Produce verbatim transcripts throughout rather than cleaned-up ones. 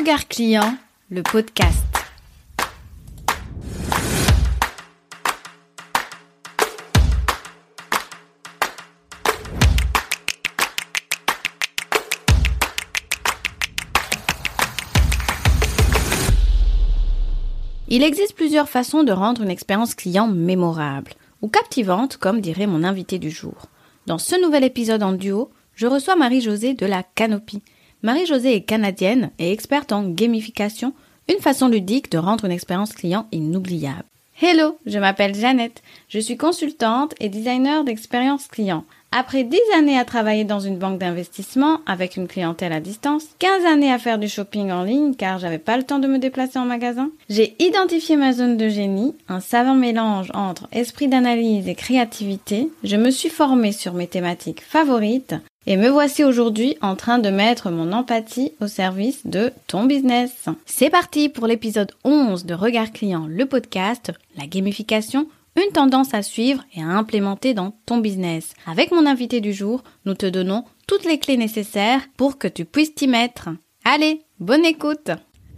Regard client, le podcast. Il existe plusieurs façons de rendre une expérience client mémorable, ou captivante, comme dirait mon invité du jour. Dans ce nouvel épisode en duo, je reçois Marie-Josée de la Canopy. Marie-Josée est canadienne et experte en gamification, une façon ludique de rendre une expérience client inoubliable. Hello, je m'appelle Jeannette, je suis consultante et designer d'expérience client. Après dix années à travailler dans une banque d'investissement avec une clientèle à distance, quinze années à faire du shopping en ligne car j'avais pas le temps de me déplacer en magasin, j'ai identifié ma zone de génie, un savant mélange entre esprit d'analyse et créativité. Je me suis formée sur mes thématiques favorites et me voici aujourd'hui en train de mettre mon empathie au service de ton business. C'est parti pour l'épisode onze de Regard Client, le podcast, la gamification, une tendance à suivre et à implémenter dans ton business. Avec mon invité du jour, nous te donnons toutes les clés nécessaires pour que tu puisses t'y mettre. Allez, bonne écoute!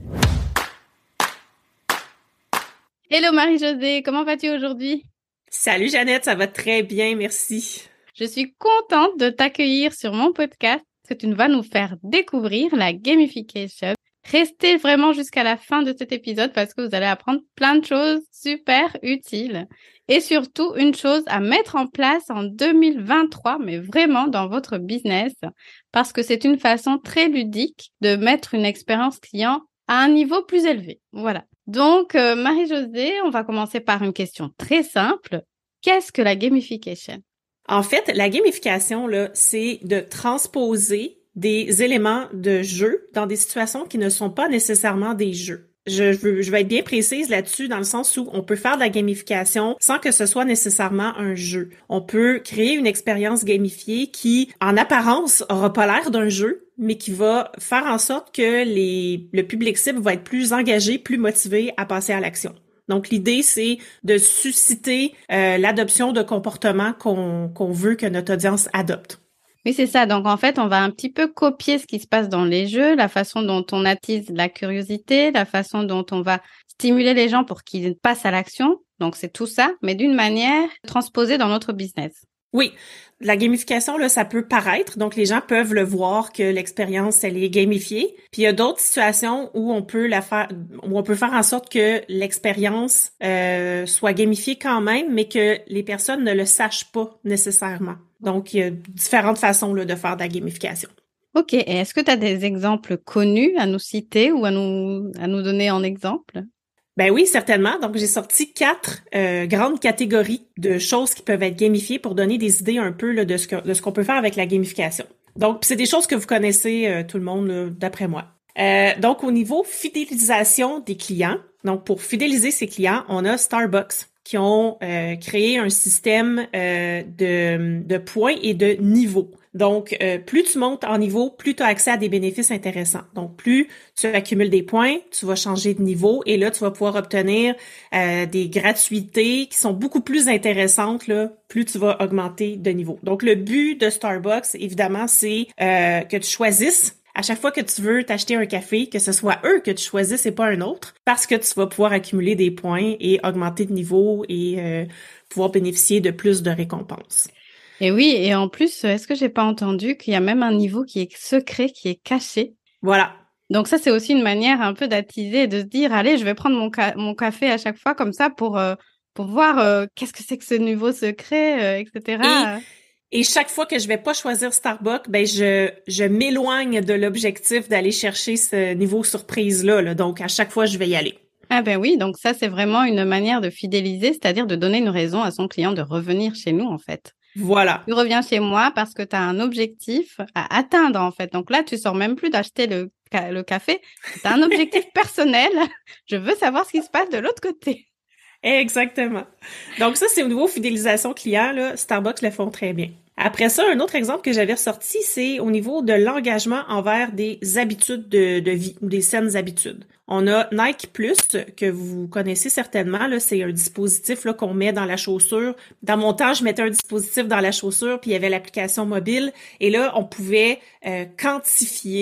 Hello Marie-Josée, comment vas-tu aujourd'hui? Salut Jeannette, ça va très bien, merci. Je suis contente de t'accueillir sur mon podcast parce que tu vas nous faire découvrir la gamification. Restez vraiment jusqu'à la fin de cet épisode parce que vous allez apprendre plein de choses super utiles et surtout une chose à mettre en place en deux mille vingt-trois, mais vraiment dans votre business parce que c'est une façon très ludique de mettre une expérience client à un niveau plus élevé. Voilà. Donc, euh, Marie-Josée, on va commencer par une question très simple. Qu'est-ce que la gamification? En fait, la gamification, là, c'est de transposer des éléments de jeu dans des situations qui ne sont pas nécessairement des jeux. Je, veux, je vais être bien précise là-dessus dans le sens où on peut faire de la gamification sans que ce soit nécessairement un jeu. On peut créer une expérience gamifiée qui, en apparence, aura pas l'air d'un jeu, mais qui va faire en sorte que les, le public cible va être plus engagé, plus motivé à passer à l'action. Donc, l'idée, c'est de susciter euh, l'adoption de comportements qu'on, qu'on veut que notre audience adopte. Oui, c'est ça. Donc, en fait, on va un petit peu copier ce qui se passe dans les jeux, la façon dont on attise la curiosité, la façon dont on va stimuler les gens pour qu'ils passent à l'action. Donc, c'est tout ça, mais d'une manière transposée dans notre business. Oui, la gamification, là, ça peut paraître. Donc, les gens peuvent le voir que l'expérience, elle est gamifiée. Puis, il y a d'autres situations où on peut la faire, où on peut faire en sorte que l'expérience euh, soit gamifiée quand même, mais que les personnes ne le sachent pas nécessairement. Donc, il y a différentes façons là, de faire de la gamification. OK. Et est-ce que tu as des exemples connus à nous citer ou à nous, à nous donner en exemple? Ben oui, certainement. Donc, j'ai sorti quatre euh, grandes catégories de choses qui peuvent être gamifiées pour donner des idées un peu là, de ce que, de ce qu'on peut faire avec la gamification. Donc, c'est des choses que vous connaissez euh, tout le monde, là, d'après moi. Euh, donc, au niveau fidélisation des clients, donc pour fidéliser ses clients, on a Starbucks qui ont euh, créé un système euh, de, de points et de niveaux. Donc, euh, plus tu montes en niveau, plus tu as accès à des bénéfices intéressants. Donc, plus tu accumules des points, tu vas changer de niveau et là, tu vas pouvoir obtenir euh, des gratuités qui sont beaucoup plus intéressantes, là, plus tu vas augmenter de niveau. Donc, le but de Starbucks, évidemment, c'est euh, que tu choisisses à chaque fois que tu veux t'acheter un café, que ce soit eux que tu choisisses et pas un autre, parce que tu vas pouvoir accumuler des points et augmenter de niveau et euh, pouvoir bénéficier de plus de récompenses. Et oui, et en plus, est-ce que j'ai pas entendu qu'il y a même un niveau qui est secret, qui est caché? Voilà. Donc ça, c'est aussi une manière un peu d'attiser et de se dire, allez, je vais prendre mon, ca- mon café à chaque fois comme ça pour, euh, pour voir euh, qu'est-ce que c'est que ce niveau secret, euh, et cetera. Et Et chaque fois que je vais pas choisir Starbucks, ben je je m'éloigne de l'objectif d'aller chercher ce niveau surprise-là. Là. Donc, à chaque fois, je vais y aller. Ah ben oui, donc ça, c'est vraiment une manière de fidéliser, c'est-à-dire de donner une raison à son client de revenir chez nous, en fait. Voilà. Tu reviens chez moi parce que tu as un objectif à atteindre, en fait. Donc là, tu sors même plus d'acheter le, ca- le café. Tu as un objectif personnel. Je veux savoir ce qui se passe de l'autre côté. Exactement. Donc ça, c'est au niveau fidélisation client, là, Starbucks le font très bien. Après ça, un autre exemple que j'avais ressorti, c'est au niveau de l'engagement envers des habitudes de, de vie ou des saines habitudes. On a Nike Plus, que vous connaissez certainement, là, c'est un dispositif là, qu'on met dans la chaussure. Dans mon temps, je mettais un dispositif dans la chaussure, puis il y avait l'application mobile, et là, on pouvait euh, quantifier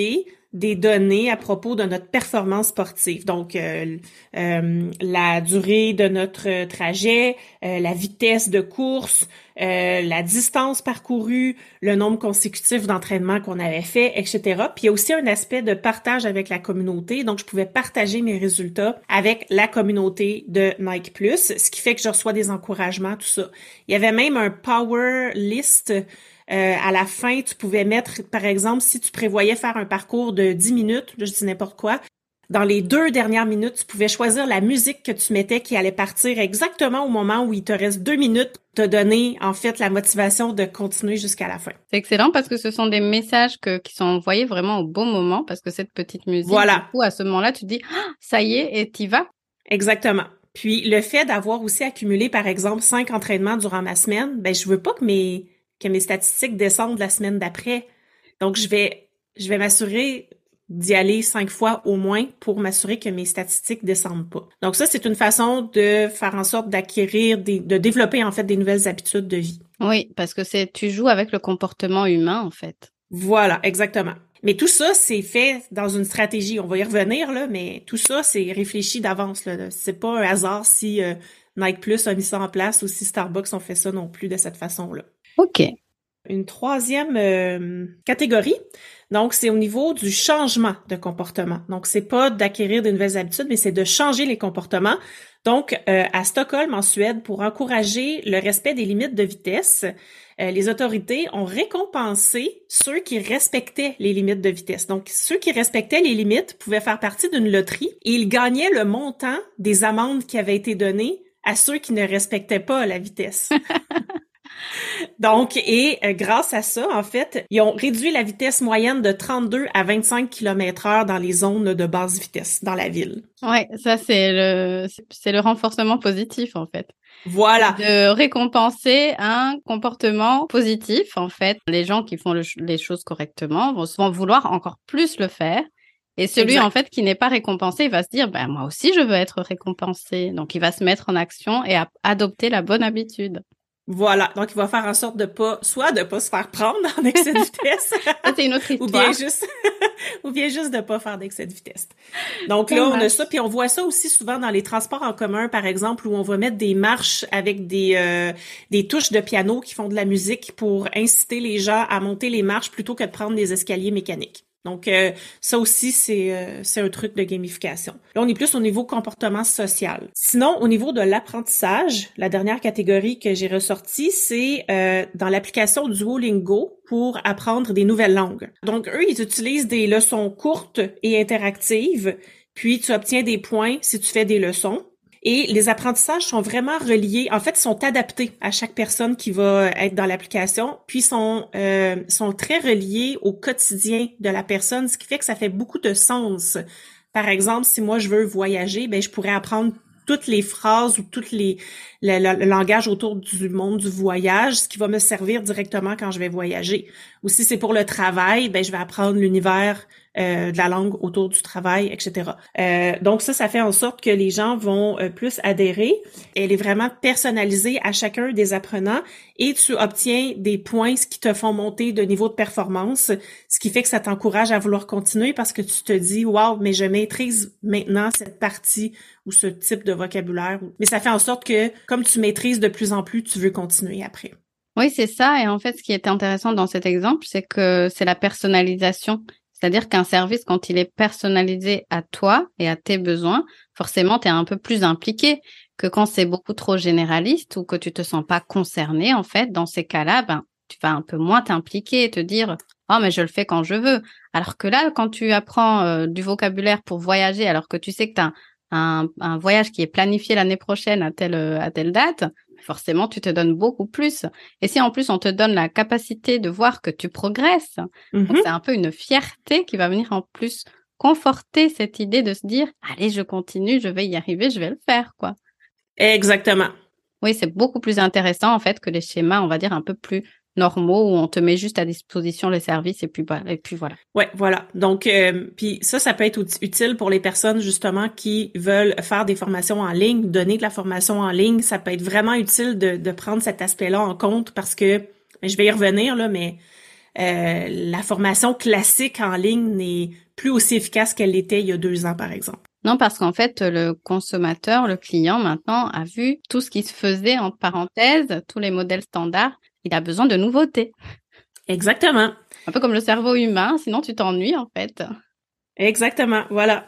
des données à propos de notre performance sportive. Donc, euh, euh, la durée de notre trajet, euh, la vitesse de course, euh, la distance parcourue, le nombre consécutif d'entraînements qu'on avait fait, et cetera. Puis, il y a aussi un aspect de partage avec la communauté. Donc, je pouvais partager mes résultats avec la communauté de Nike Plus, ce qui fait que je reçois des encouragements, tout ça. Il y avait même un power list. Euh, à la fin, tu pouvais mettre, par exemple, si tu prévoyais faire un parcours de dix minutes, là, je dis n'importe quoi, dans les deux dernières minutes, tu pouvais choisir la musique que tu mettais qui allait partir exactement au moment où il te reste deux minutes, te donner, en fait, la motivation de continuer jusqu'à la fin. C'est excellent parce que ce sont des messages que, qui sont envoyés vraiment au bon moment parce que cette petite musique, voilà. Du coup, à ce moment-là, tu te dis, ah, ça y est, et t'y vas. Exactement. Puis, le fait d'avoir aussi accumulé, par exemple, cinq entraînements durant ma semaine, ben, je veux pas que mes que mes statistiques descendent la semaine d'après. Donc, je vais, je vais m'assurer d'y aller cinq fois au moins pour m'assurer que mes statistiques descendent pas. Donc, ça, c'est une façon de faire en sorte d'acquérir des, de développer, en fait, des nouvelles habitudes de vie. Oui, parce que c'est, tu joues avec le comportement humain, en fait. Voilà, exactement. Mais tout ça, c'est fait dans une stratégie. On va y revenir, là, mais tout ça, c'est réfléchi d'avance, là. C'est pas un hasard si euh, Nike Plus a mis ça en place ou si Starbucks ont fait ça non plus de cette façon-là. OK. Une troisième euh, catégorie, donc c'est au niveau du changement de comportement. Donc c'est pas d'acquérir de nouvelles habitudes, mais c'est de changer les comportements. Donc euh, à Stockholm, en Suède, pour encourager le respect des limites de vitesse, euh, les autorités ont récompensé ceux qui respectaient les limites de vitesse. Donc ceux qui respectaient les limites pouvaient faire partie d'une loterie et ils gagnaient le montant des amendes qui avaient été données à ceux qui ne respectaient pas la vitesse. Donc, et euh, grâce à ça, en fait, ils ont réduit la vitesse moyenne de trente-deux à vingt-cinq kilomètres heure dans les zones de basse vitesse dans la ville. Ouais, ça c'est le c'est le renforcement positif en fait. Voilà. De récompenser un comportement positif en fait. Les gens qui font le, les choses correctement vont souvent vouloir encore plus le faire. Et celui exact. En fait qui n'est pas récompensé, il va se dire ben moi aussi je veux être récompensé. Donc il va se mettre en action et à adopter la bonne habitude. Voilà, donc il va faire en sorte de pas, soit de pas se faire prendre en excès de vitesse, ça c'est une autre histoire, ou bien juste, ou bien juste de pas faire d'excès de vitesse. Donc là on a ça, puis on voit ça aussi souvent dans les transports en commun, par exemple, où on va mettre des marches avec des euh, des touches de piano qui font de la musique pour inciter les gens à monter les marches plutôt que de prendre des escaliers mécaniques. Donc euh, ça aussi c'est euh, c'est un truc de gamification. Là on est plus au niveau comportement social. Sinon au niveau de l'apprentissage, la dernière catégorie que j'ai ressortie c'est euh, dans l'application Duolingo pour apprendre des nouvelles langues. Donc eux ils utilisent des leçons courtes et interactives, puis tu obtiens des points si tu fais des leçons. Et les apprentissages sont vraiment reliés, en fait, ils sont adaptés à chaque personne qui va être dans l'application, puis sont euh, sont très reliés au quotidien de la personne, ce qui fait que ça fait beaucoup de sens. Par exemple, si moi je veux voyager, ben je pourrais apprendre toutes les phrases ou toutes les le, le, le langage autour du monde du voyage, ce qui va me servir directement quand je vais voyager. Ou si c'est pour le travail, ben je vais apprendre l'univers euh, de la langue autour du travail, et cetera. Euh, donc ça, ça fait en sorte que les gens vont euh, plus adhérer. Elle est vraiment personnalisée à chacun des apprenants et tu obtiens des points qui te font monter de niveau de performance, ce qui fait que ça t'encourage à vouloir continuer parce que tu te dis « Wow, mais je maîtrise maintenant cette partie ou ce type de vocabulaire. » Mais ça fait en sorte que comme tu maîtrises de plus en plus, tu veux continuer après. Oui, c'est ça. Et en fait, ce qui est intéressant dans cet exemple, c'est que c'est la personnalisation. C'est-à-dire qu'un service, quand il est personnalisé à toi et à tes besoins, forcément, tu es un peu plus impliqué que quand c'est beaucoup trop généraliste ou que tu te sens pas concerné. En fait, dans ces cas-là, ben, tu vas un peu moins t'impliquer et te dire « Oh, mais je le fais quand je veux ». Alors que là, quand tu apprends euh, du vocabulaire pour voyager, alors que tu sais que tu as un, un voyage qui est planifié l'année prochaine à telle, à telle date, forcément, tu te donnes beaucoup plus. Et si en plus, on te donne la capacité de voir que tu progresses, mm-hmm. donc c'est un peu une fierté qui va venir en plus conforter cette idée de se dire « Allez, je continue, je vais y arriver, je vais le faire. » quoi. Exactement. Oui, c'est beaucoup plus intéressant en fait que les schémas, on va dire, un peu plus normaux où on te met juste à disposition les services et puis, et puis voilà. Ouais, voilà. Donc, euh, puis ça, ça peut être utile pour les personnes justement qui veulent faire des formations en ligne, donner de la formation en ligne. Ça peut être vraiment utile de, de prendre cet aspect-là en compte parce que, je vais y revenir là, mais euh, la formation classique en ligne n'est plus aussi efficace qu'elle l'était il y a deux ans, par exemple. Non, parce qu'en fait, le consommateur, le client, maintenant, a vu tout ce qui se faisait, entre parenthèses, tous les modèles standards. Il a besoin de nouveautés. Exactement. Un peu comme le cerveau humain, sinon tu t'ennuies, en fait. Exactement, voilà.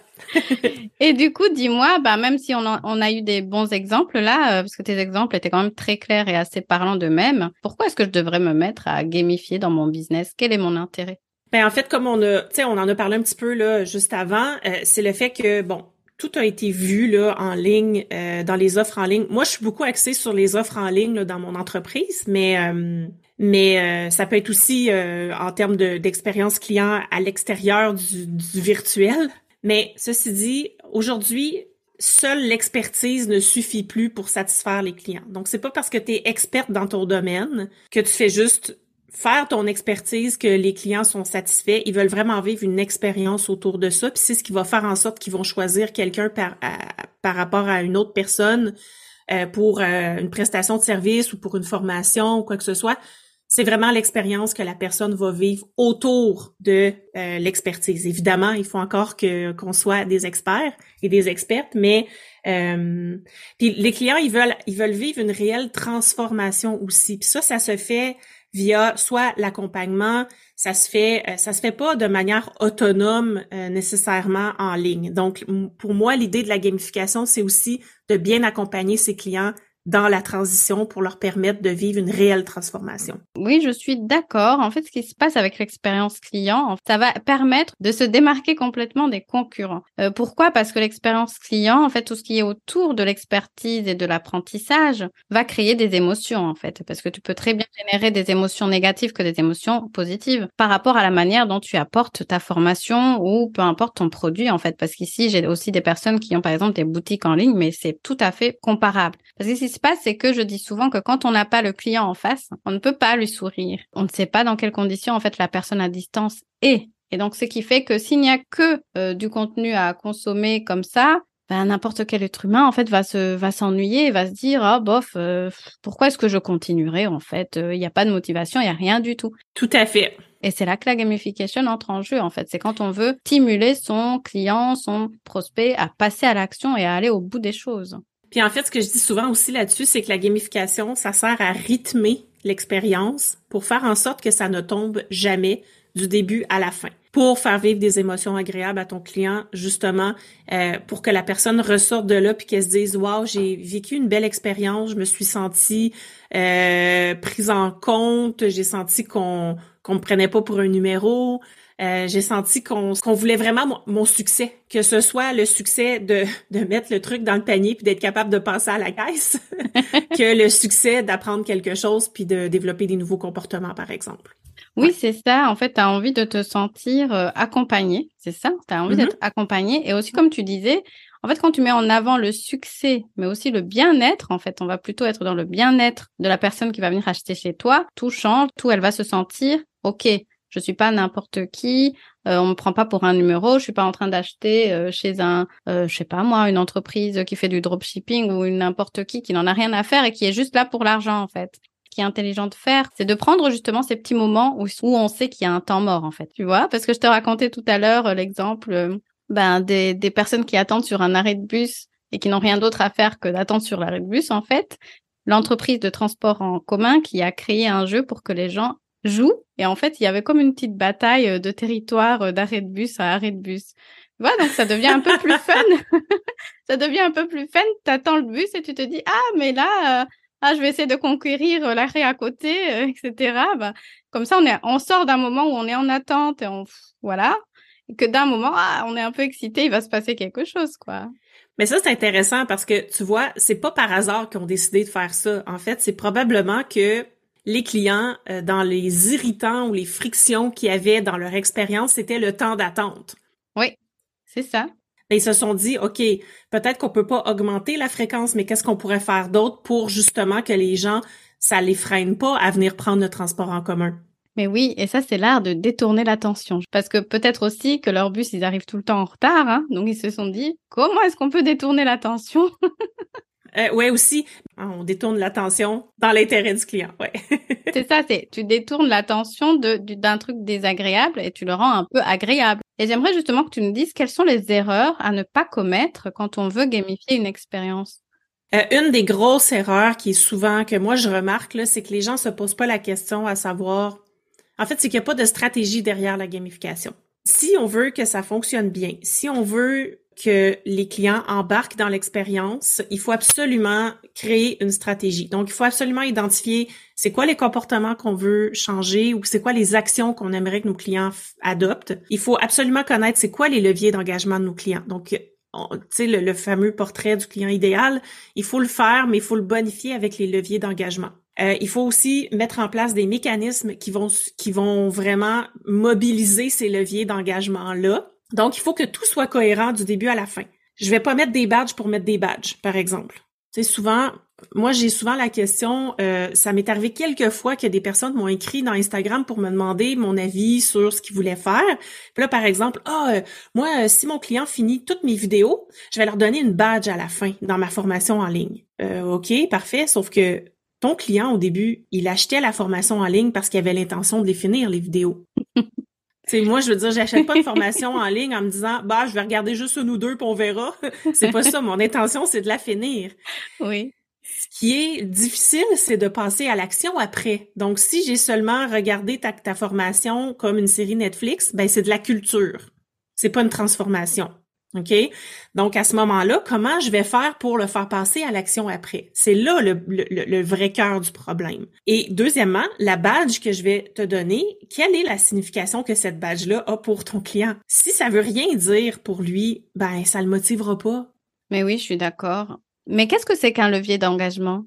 Et du coup, dis-moi, bah, même si on a, on a eu des bons exemples là, euh, parce que tes exemples étaient quand même très clairs et assez parlants d'eux-mêmes, pourquoi est-ce que je devrais me mettre à gamifier dans mon business? Quel est mon intérêt? Ben en fait, comme on a, tu sais, on en a parlé un petit peu là juste avant, euh, c'est le fait que bon, tout a été vu là en ligne, euh, dans les offres en ligne. Moi, je suis beaucoup axée sur les offres en ligne là, dans mon entreprise, mais euh, mais euh, ça peut être aussi euh, en termes de d'expérience client à l'extérieur du, du virtuel. Mais ceci dit, aujourd'hui, seule l'expertise ne suffit plus pour satisfaire les clients. Donc, c'est pas parce que tu es experte dans ton domaine que tu fais juste faire ton expertise que les clients sont satisfaits. Ils veulent vraiment vivre une expérience autour de ça. Puis c'est ce qui va faire en sorte qu'ils vont choisir quelqu'un par, à, par rapport à une autre personne euh, pour euh, une prestation de service ou pour une formation ou quoi que ce soit. C'est vraiment l'expérience que la personne va vivre autour de euh, l'expertise. Évidemment, il faut encore que qu'on soit des experts et des expertes, mais euh, puis les clients, ils veulent ils veulent vivre une réelle transformation aussi. Puis ça, ça se fait via soit l'accompagnement, ça se fait euh, ça se fait pas de manière autonome euh, nécessairement en ligne. Donc pour moi, l'idée de la gamification, c'est aussi de bien accompagner ses clients dans la transition pour leur permettre de vivre une réelle transformation. Oui, je suis d'accord. En fait, ce qui se passe avec l'expérience client, ça va permettre de se démarquer complètement des concurrents. Euh, pourquoi? Parce que l'expérience client, en fait, tout ce qui est autour de l'expertise et de l'apprentissage va créer des émotions, en fait. Parce que tu peux très bien générer des émotions négatives que des émotions positives par rapport à la manière dont tu apportes ta formation ou peu importe ton produit, en fait. Parce qu'ici, j'ai aussi des personnes qui ont, par exemple, des boutiques en ligne, mais c'est tout à fait comparable. Parce que ce qui se passe, c'est que je dis souvent que quand on n'a pas le client en face, on ne peut pas lui sourire. On ne sait pas dans quelles conditions, en fait, la personne à distance est. Et donc, ce qui fait que s'il n'y a que euh, du contenu à consommer comme ça, ben, n'importe quel être humain, en fait, va se va s'ennuyer et va se dire, ah, bof, euh, pourquoi est-ce que je continuerai, en fait? Il euh, n'y a pas de motivation, il n'y a rien du tout. Tout à fait. Et c'est là que la gamification entre en jeu, en fait. C'est quand on veut stimuler son client, son prospect à passer à l'action et à aller au bout des choses. Puis en fait, ce que je dis souvent aussi là-dessus, c'est que la gamification, ça sert à rythmer l'expérience pour faire en sorte que ça ne tombe jamais du début à la fin. Pour faire vivre des émotions agréables à ton client, justement, euh, pour que la personne ressorte de là puis qu'elle se dise « Wow, j'ai vécu une belle expérience, je me suis sentie euh, prise en compte, j'ai senti qu'on qu'on me prenait pas pour un numéro ». Euh, j'ai senti qu'on qu'on voulait vraiment mon, mon succès, que ce soit le succès de de mettre le truc dans le panier puis d'être capable de passer à la caisse, que le succès d'apprendre quelque chose puis de développer des nouveaux comportements, par exemple. Oui, Ouais. c'est ça. En fait, tu as envie de te sentir euh, accompagné, c'est ça? Tu as envie mm-hmm. d'être accompagné. Et aussi, comme tu disais, en fait, quand tu mets en avant le succès, mais aussi le bien-être, en fait, on va plutôt être dans le bien-être de la personne qui va venir acheter chez toi. Tout change, tout, elle va se sentir, OK, je suis pas n'importe qui, euh, on me prend pas pour un numéro, je suis pas en train d'acheter euh, chez un, euh, je sais pas moi, une entreprise qui fait du dropshipping ou une n'importe qui qui n'en a rien à faire et qui est juste là pour l'argent, en fait. Ce qui est intelligent de faire, c'est de prendre justement ces petits moments où, où on sait qu'il y a un temps mort, en fait. Tu vois, parce que je te racontais tout à l'heure euh, l'exemple euh, ben des des personnes qui attendent sur un arrêt de bus et qui n'ont rien d'autre à faire que d'attendre sur l'arrêt de bus, en fait. L'entreprise de transport en commun qui a créé un jeu pour que les gens jouent. Et en fait, il y avait comme une petite bataille de territoire d'arrêt de bus à arrêt de bus. Tu vois, donc ça devient un peu plus fun. Ça devient un peu plus fun. T'attends le bus et tu te dis, ah, mais là, euh, ah, je vais essayer de conquérir l'arrêt à côté, euh, et cetera. Bah, comme ça, on est, on sort d'un moment où on est en attente et on, voilà. Et que d'un moment, ah, on est un peu excité, il va se passer quelque chose, quoi. Mais ça, c'est intéressant parce que, tu vois, c'est pas par hasard qu'ils ont décidé de faire ça. En fait, c'est probablement que les clients, euh, dans les irritants ou les frictions qu'il y avait dans leur expérience, c'était le temps d'attente. Oui, c'est ça. Et ils se sont dit, OK, peut-être qu'on peut pas augmenter la fréquence, mais qu'est-ce qu'on pourrait faire d'autre pour justement que les gens, ça les freine pas à venir prendre le transport en commun? Mais oui, et ça, c'est l'art de détourner l'attention. Parce que peut-être aussi que leur bus, ils arrivent tout le temps en retard, hein. Donc, ils se sont dit, comment est-ce qu'on peut détourner l'attention? Euh, ouais, aussi, on détourne l'attention dans l'intérêt du client, ouais. C'est ça, c'est tu détournes l'attention de, du- d'un truc désagréable et tu le rends un peu agréable. Et j'aimerais justement que tu nous dises quelles sont les erreurs à ne pas commettre quand on veut gamifier une expérience. Euh, une des grosses erreurs qui est souvent, que moi je remarque, là, c'est que les gens se posent pas la question à savoir, en fait, c'est qu'il n'y a pas de stratégie derrière la gamification. Si on veut que ça fonctionne bien, si on veut que les clients embarquent dans l'expérience, il faut absolument créer une stratégie. Donc, il faut absolument identifier c'est quoi les comportements qu'on veut changer ou c'est quoi les actions qu'on aimerait que nos clients f- adoptent. Il faut absolument connaître c'est quoi les leviers d'engagement de nos clients. Donc, tu sais, le, le fameux portrait du client idéal, il faut le faire, mais il faut le bonifier avec les leviers d'engagement. Euh, il faut aussi mettre en place des mécanismes qui vont qui vont vraiment mobiliser ces leviers d'engagement-là. Donc, il faut que tout soit cohérent du début à la fin. Je vais pas mettre des badges pour mettre des badges, par exemple. Tu sais, souvent, moi, j'ai souvent la question, euh, ça m'est arrivé quelques fois que des personnes m'ont écrit dans Instagram pour me demander mon avis sur ce qu'ils voulaient faire. Puis là, par exemple, ah, euh, moi, euh, si mon client finit toutes mes vidéos, je vais leur donner une badge à la fin dans ma formation en ligne. Euh, OK, parfait, sauf que ton client, au début, il achetait la formation en ligne parce qu'il avait l'intention de les finir, les vidéos. Tu sais, moi, je veux dire, j'achète pas de formation en ligne en me disant, bah, je vais regarder juste une ou deux puis on verra. C'est pas ça. Mon intention, c'est de la finir. Oui. Ce qui est difficile, c'est de passer à l'action après. Donc, si j'ai seulement regardé ta, ta formation comme une série Netflix, ben, c'est de la culture. C'est pas une transformation. OK? Donc, à ce moment-là, comment je vais faire pour le faire passer à l'action après? C'est là le, le, le vrai cœur du problème. Et deuxièmement, la badge que je vais te donner, quelle est la signification que cette badge-là a pour ton client? Si ça veut rien dire pour lui, ben, ça le motivera pas. Mais oui, je suis d'accord. Mais qu'est-ce que c'est qu'un levier d'engagement?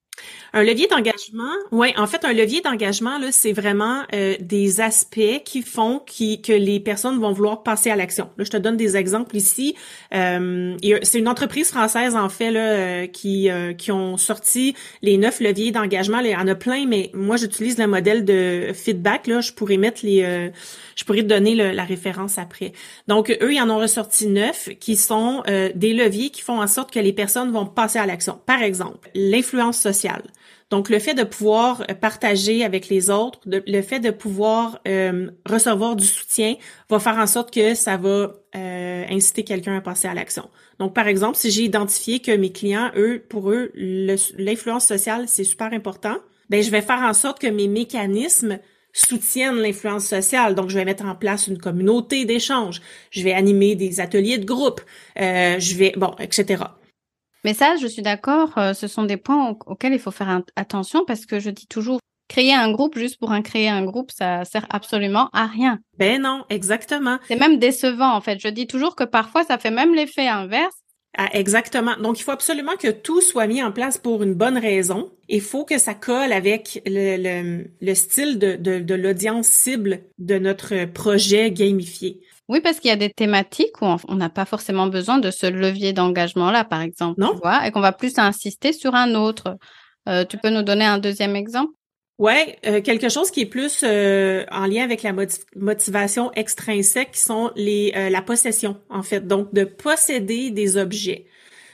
Un levier d'engagement, ouais, en fait, un levier d'engagement là, c'est vraiment euh, des aspects qui font qui que les personnes vont vouloir passer à l'action. Là, je te donne des exemples ici. Euh, et c'est une entreprise française en fait là euh, qui euh, qui ont sorti les neuf leviers d'engagement. Là, il y en a plein, mais moi j'utilise le modèle de feedback. Là, je pourrais mettre les, euh, je pourrais te donner le, la référence après. Donc eux, ils en ont ressorti neuf qui sont euh, des leviers qui font en sorte que les personnes vont passer à l'action. Par exemple, l'influence sociale. Donc, le fait de pouvoir partager avec les autres, de, le fait de pouvoir euh, recevoir du soutien va faire en sorte que ça va euh, inciter quelqu'un à passer à l'action. Donc, par exemple, si j'ai identifié que mes clients, eux, pour eux, le, l'influence sociale, c'est super important, ben je vais faire en sorte que mes mécanismes soutiennent l'influence sociale. Donc, je vais mettre en place une communauté d'échange. Je vais animer des ateliers de groupe. Euh, je vais, bon, et cetera. Mais ça, je suis d'accord, euh, ce sont des points au- auxquels il faut faire un- attention parce que je dis toujours, créer un groupe juste pour un créer un groupe, ça sert absolument à rien. Ben non, exactement. C'est même décevant, en fait. Je dis toujours que parfois, ça fait même l'effet inverse. Ah, exactement. Donc, il faut absolument que tout soit mis en place pour une bonne raison. Il faut que ça colle avec le, le, le style de, de, de l'audience cible de notre projet gamifié. Oui, parce qu'il y a des thématiques où on n'a pas forcément besoin de ce levier d'engagement-là, par exemple, Non? tu vois, et qu'on va plus insister sur un autre. Euh, tu peux nous donner un deuxième exemple? Ouais, euh, quelque chose qui est plus euh, en lien avec la motiv- motivation extrinsèque, qui sont les euh, la possession, en fait. Donc, de posséder des objets.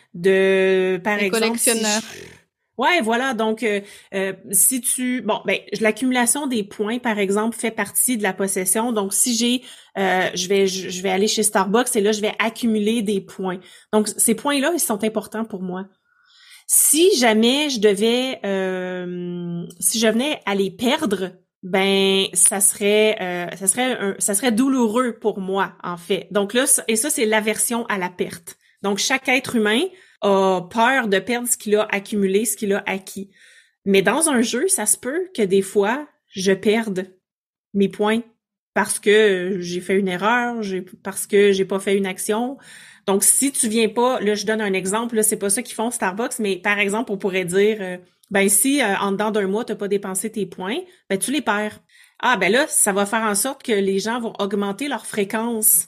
De, par Les exemple, collectionneurs. si je- Ouais, voilà. Donc, euh, euh, si tu, bon, ben, l'accumulation des points, par exemple, fait partie de la possession. Donc, si j'ai, euh, je vais, je, je vais aller chez Starbucks et là, je vais accumuler des points. Donc, ces points-là, ils sont importants pour moi. Si jamais je devais, euh, si je venais à les perdre, ben, ça serait, euh, ça serait, un, ça serait douloureux pour moi, en fait. Donc là, et ça, c'est l'aversion à la perte. Donc, chaque être humain a peur de perdre ce qu'il a accumulé, ce qu'il a acquis. Mais dans un jeu, ça se peut que des fois, je perde mes points parce que j'ai fait une erreur, j'ai, parce que j'ai pas fait une action. Donc, si tu viens pas, là, je donne un exemple, là, c'est pas ça qu'ils font Starbucks, mais par exemple, on pourrait dire, euh, ben si euh, en dedans d'un mois, t'as pas dépensé tes points, ben tu les perds. Ah, ben là, ça va faire en sorte que les gens vont augmenter leur fréquence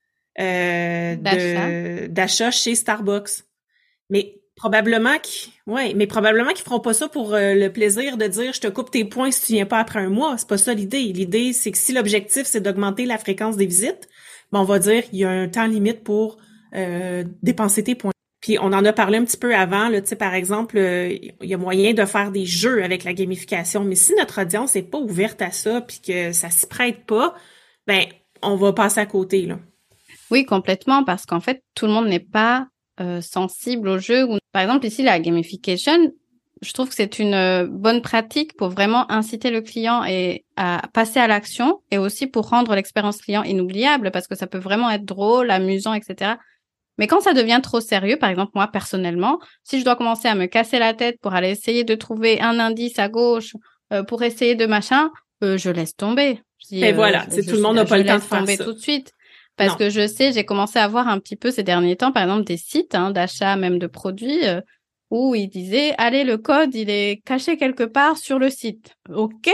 euh, D'achat. de d'achat chez Starbucks. Mais probablement qu'ils, ouais, mais probablement qu'ils feront pas ça pour euh, le plaisir de dire je te coupe tes points si tu viens pas après un mois. C'est pas ça l'idée. L'idée, c'est que si l'objectif c'est d'augmenter la fréquence des visites, ben on va dire il y a un temps limite pour euh, dépenser tes points. Puis on en a parlé un petit peu avant, là, tu sais, par exemple, euh, il y a moyen de faire des jeux avec la gamification, mais si notre audience n'est pas ouverte à ça, puis que ça s'y prête pas, ben on va passer à côté, là. Oui, complètement, parce qu'en fait, tout le monde n'est pas euh, sensible au jeu. Ou... Par exemple, ici, la gamification, je trouve que c'est une euh, bonne pratique pour vraiment inciter le client et à passer à l'action, et aussi pour rendre l'expérience client inoubliable, parce que ça peut vraiment être drôle, amusant, et cetera. Mais quand ça devient trop sérieux, par exemple, moi, personnellement, si je dois commencer à me casser la tête pour aller essayer de trouver un indice à gauche, euh, pour essayer de machin, euh, je laisse tomber. Je dis, Et euh, voilà, je, tout le monde n'a pas je le temps de laisse faire tomber ça. tout de suite. Parce Non. que je sais, j'ai commencé à voir un petit peu ces derniers temps, par exemple, des sites hein, d'achat, même de produits, euh, où ils disaient, allez, le code, il est caché quelque part sur le site. OK.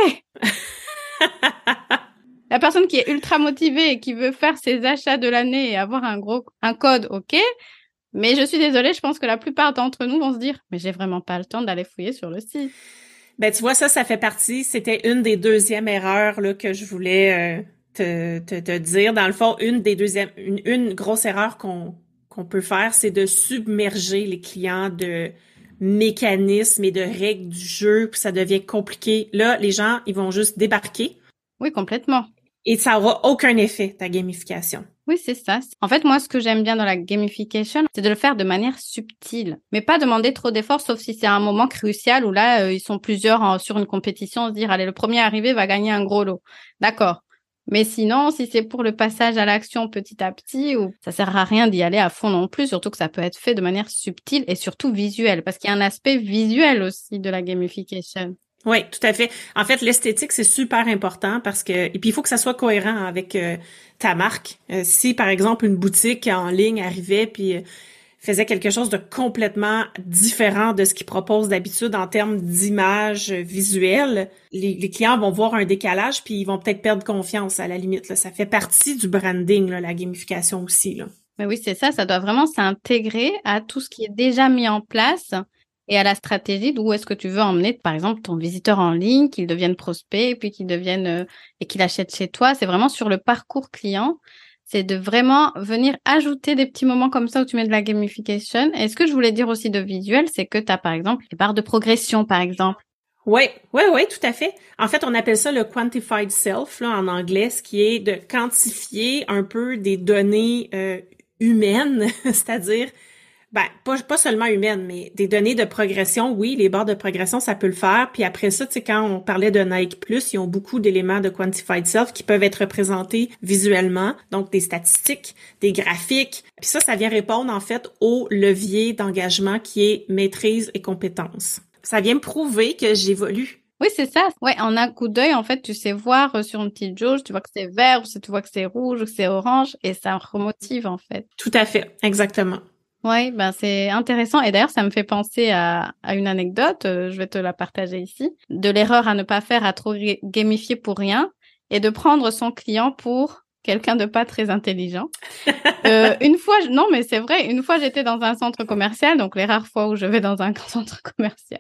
La personne qui est ultra motivée et qui veut faire ses achats de l'année et avoir un gros, un code, OK. Mais je suis désolée, je pense que la plupart d'entre nous vont se dire, mais j'ai vraiment pas le temps d'aller fouiller sur le site. Ben, tu vois, ça, ça fait partie, c'était une des deuxièmes erreurs, là, que je voulais, euh, te, te, te dire. Dans le fond, une des deuxièmes, une, une grosse erreur qu'on, qu'on peut faire, c'est de submerger les clients de mécanismes et de règles du jeu, puis ça devient compliqué. Là, les gens, ils vont juste débarquer Oui, complètement. et ça aura aucun effet, ta gamification. Oui, c'est ça. En fait, moi, ce que j'aime bien dans la gamification, c'est de le faire de manière subtile, mais pas demander trop d'efforts, sauf si c'est un moment crucial où là, euh, ils sont plusieurs en, sur une compétition, se dire, allez, le premier arrivé va gagner un gros lot. D'accord. Mais sinon, si c'est pour le passage à l'action petit à petit, ou ça sert à rien d'y aller à fond non plus, surtout que ça peut être fait de manière subtile et surtout visuelle, parce qu'il y a un aspect visuel aussi de la gamification. Oui, tout à fait. En fait, l'esthétique, c'est super important parce que, et puis il faut que ça soit cohérent avec euh, ta marque. Euh, si, par exemple, une boutique en ligne arrivait puis euh, faisait quelque chose de complètement différent de ce qu'ils proposent d'habitude en termes d'image visuelle, les, les clients vont voir un décalage puis ils vont peut-être perdre confiance à la limite, là. Ça fait partie du branding, là, la gamification aussi, là. Mais oui, c'est ça, ça doit vraiment s'intégrer à tout ce qui est déjà mis en place et à la stratégie d'où est-ce que tu veux emmener, par exemple, ton visiteur en ligne, qu'il devienne prospect, et puis qu'il devienne euh, et qu'il achète chez toi. C'est vraiment sur le parcours client. C'est de vraiment venir ajouter des petits moments comme ça où tu mets de la gamification. Et ce que je voulais dire aussi de visuel, c'est que tu as, par exemple, les barres de progression, par exemple. Oui, oui, oui, tout à fait. En fait, on appelle ça le quantified self, là, en anglais, ce qui est de quantifier un peu des données euh, humaines, c'est-à-dire, ben, pas, pas seulement humaines, mais des données de progression. Oui, les barres de progression, ça peut le faire. Puis après ça, tu sais, quand on parlait de Nike Plus, ils ont beaucoup d'éléments de quantified self qui peuvent être représentés visuellement, donc des statistiques, des graphiques. Puis ça, ça vient répondre, en fait, au levier d'engagement qui est maîtrise et compétence. Ça vient me prouver que j'évolue. Oui, c'est ça. Ouais, en un coup d'œil, en fait, tu sais voir euh, sur une petite jauge, tu vois que c'est vert, ou tu vois que c'est rouge, ou que c'est orange, et ça remotive, en fait. Tout à fait, exactement. Oui, ben c'est intéressant. Et d'ailleurs, ça me fait penser à, à une anecdote, euh, je vais te la partager ici, de l'erreur à ne pas faire, à trop ga- gamifier pour rien, et de prendre son client pour quelqu'un de pas très intelligent. Euh, une fois, je- non, mais c'est vrai, une fois, j'étais dans un centre commercial, donc les rares fois où je vais dans un centre commercial.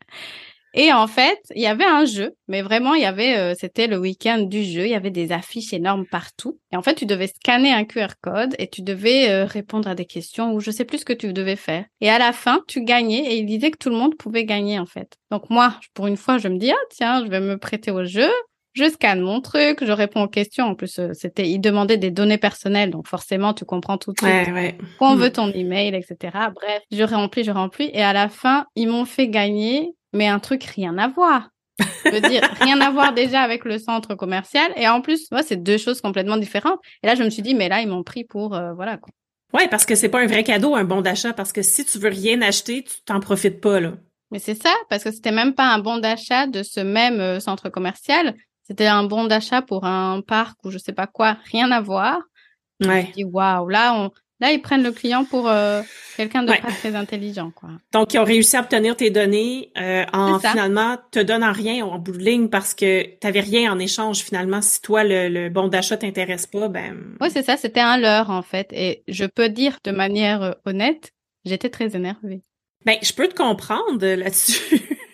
Et en fait, il y avait un jeu, mais vraiment, il y avait, euh, c'était le week-end du jeu, il y avait des affiches énormes partout. Et en fait, tu devais scanner un Q R code et tu devais euh, répondre à des questions ou je sais plus ce que tu devais faire. Et à la fin, tu gagnais et il disait que tout le monde pouvait gagner, en fait. Donc moi, pour une fois, je me dis, ah tiens, je vais me prêter au jeu. Je scanne mon truc, je réponds aux questions. En plus, euh, c'était, il demandait des données personnelles, donc forcément, tu comprends tout de suite. Ouais, ouais. Qu'on Hmm. veut ton email, et cetera. Bref, je remplis, je remplis. Et à la fin, ils m'ont fait gagner, mais un truc rien à voir. Je veux dire, rien à voir déjà avec le centre commercial. Et en plus, moi, c'est deux choses complètement différentes. Et là, je me suis dit, mais là, ils m'ont pris pour, euh, voilà, quoi. Ouais, parce que c'est pas un vrai cadeau, un bon d'achat, parce que si tu veux rien acheter, tu t'en profites pas, là. Mais c'est ça, parce que c'était même pas un bon d'achat de ce même euh, centre commercial. C'était un bon d'achat pour un parc ou je sais pas quoi, rien à voir. Je me Ouais. suis dit, waouh, là, on, là, ils prennent le client pour euh, quelqu'un de Ouais. pas très intelligent, quoi. Donc, ils ont réussi à obtenir tes données euh, en C'est ça. finalement te donnant rien en bout de ligne parce que t'avais rien en échange finalement. Si toi, le, le bon d'achat t'intéresse pas, ben... Oui, c'est ça, c'était un leurre, en fait. Et je peux dire de manière euh, honnête, j'étais très énervée. Ben, je peux te comprendre euh, là-dessus.